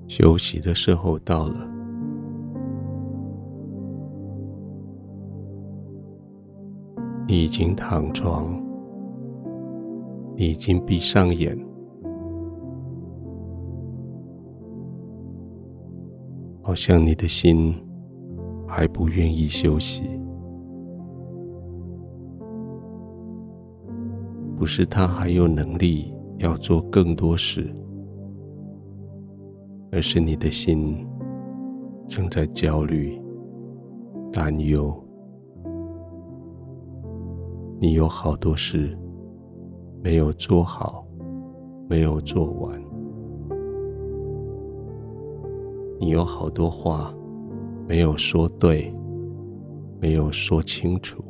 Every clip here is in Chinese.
休息的时候到了，你已经躺床，你已经闭上眼，好像你的心还不愿意休息。不是他还有能力要做更多事，而是你的心正在焦虑、担忧。你有好多事没有做好，没有做完。你有好多话没有说对，没有说清楚。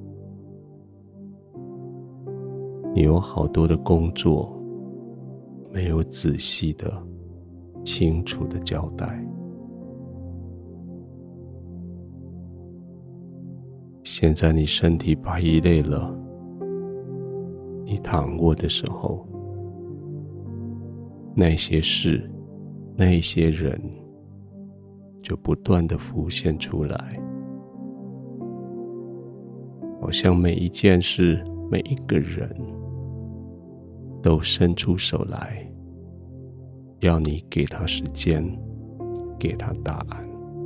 你有好多的工作没有仔细的、清楚的交代。现在你身体疲累了，你躺卧的时候，那些事、那些人就不断的浮现出来，好像每一件事、每一个人都伸出手来，要你给他时间，给他答案。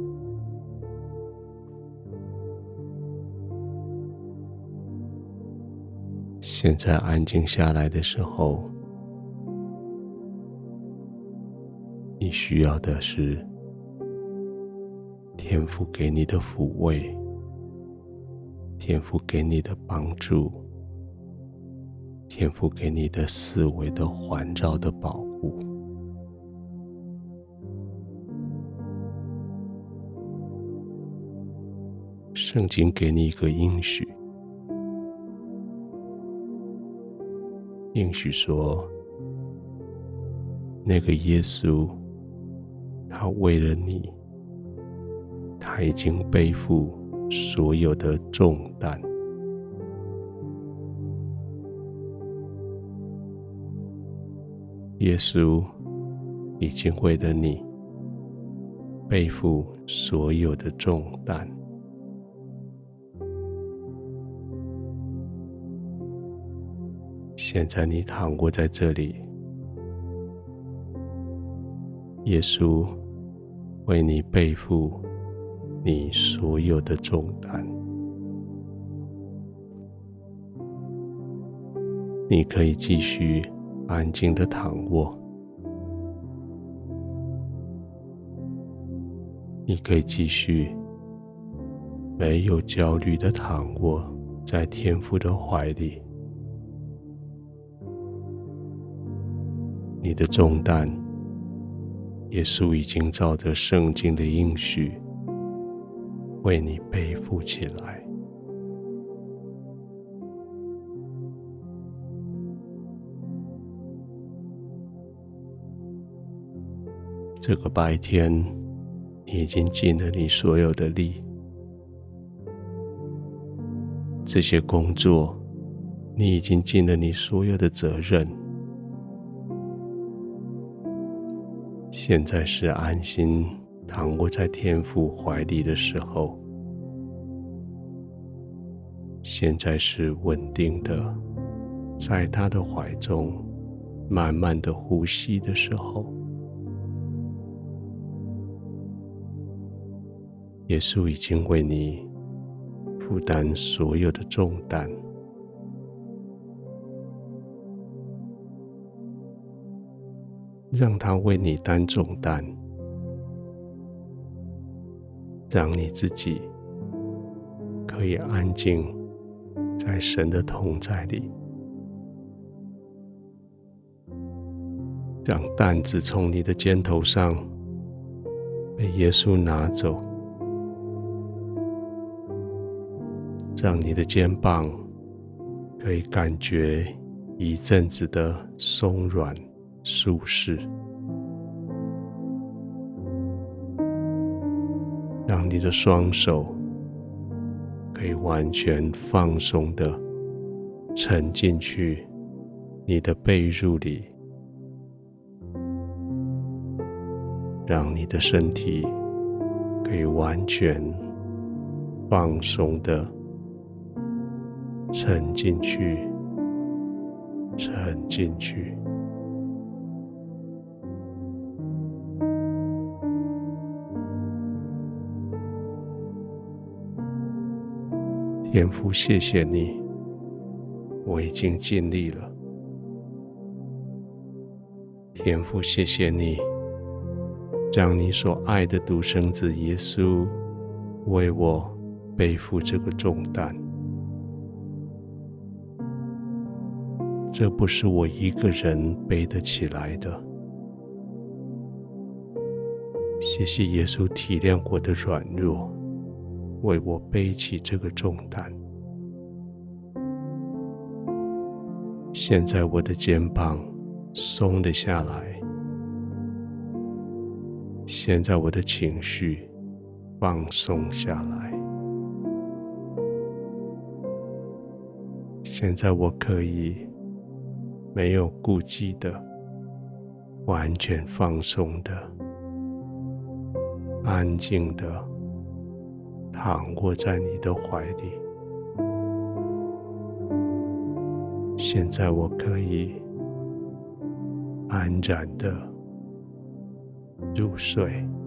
现在安静下来的时候，你需要的是天父给你的抚慰，天父给你的帮助，天父给你的思维的环绕的保护。圣经给你一个应许，应许说，那个耶稣，他为了你，他已经背负所有的重担。耶稣已经为了你背负所有的重担。现在你躺卧在这里，耶稣为你背负你所有的重担。你可以继续安静的躺卧，你可以继续没有焦虑的躺卧在天父的怀里。你的重担，耶稣已经照着圣经的应许为你背负起来。这个白天，你已经尽了你所有的力，这些工作，你已经尽了你所有的责任。现在是安心躺卧在天父怀里的时候，现在是稳定的在他的怀中慢慢的呼吸的时候。耶稣已经为你负担所有的重担，让他为你担重担，让你自己可以安静在神的同在里，让担子从你的肩头上被耶稣拿走，让你的肩膀可以感觉一阵子的松软舒适，让你的双手可以完全放松的沉进去你的被褥里， 让你的身体可以完全放松的沉进去，沉进去。天父，谢谢你，我已经尽力了。天父，谢谢你，将你所爱的独生子耶稣为我背负这个重担。这不是我一个人背得起来的。谢谢耶稣体谅我的软弱，为我背起这个重担。现在我的肩膀松了下来，现在我的情绪放松下来，现在我可以没有顾忌的，完全放松的，安静的躺卧在你的怀里。现在我可以安然的入睡。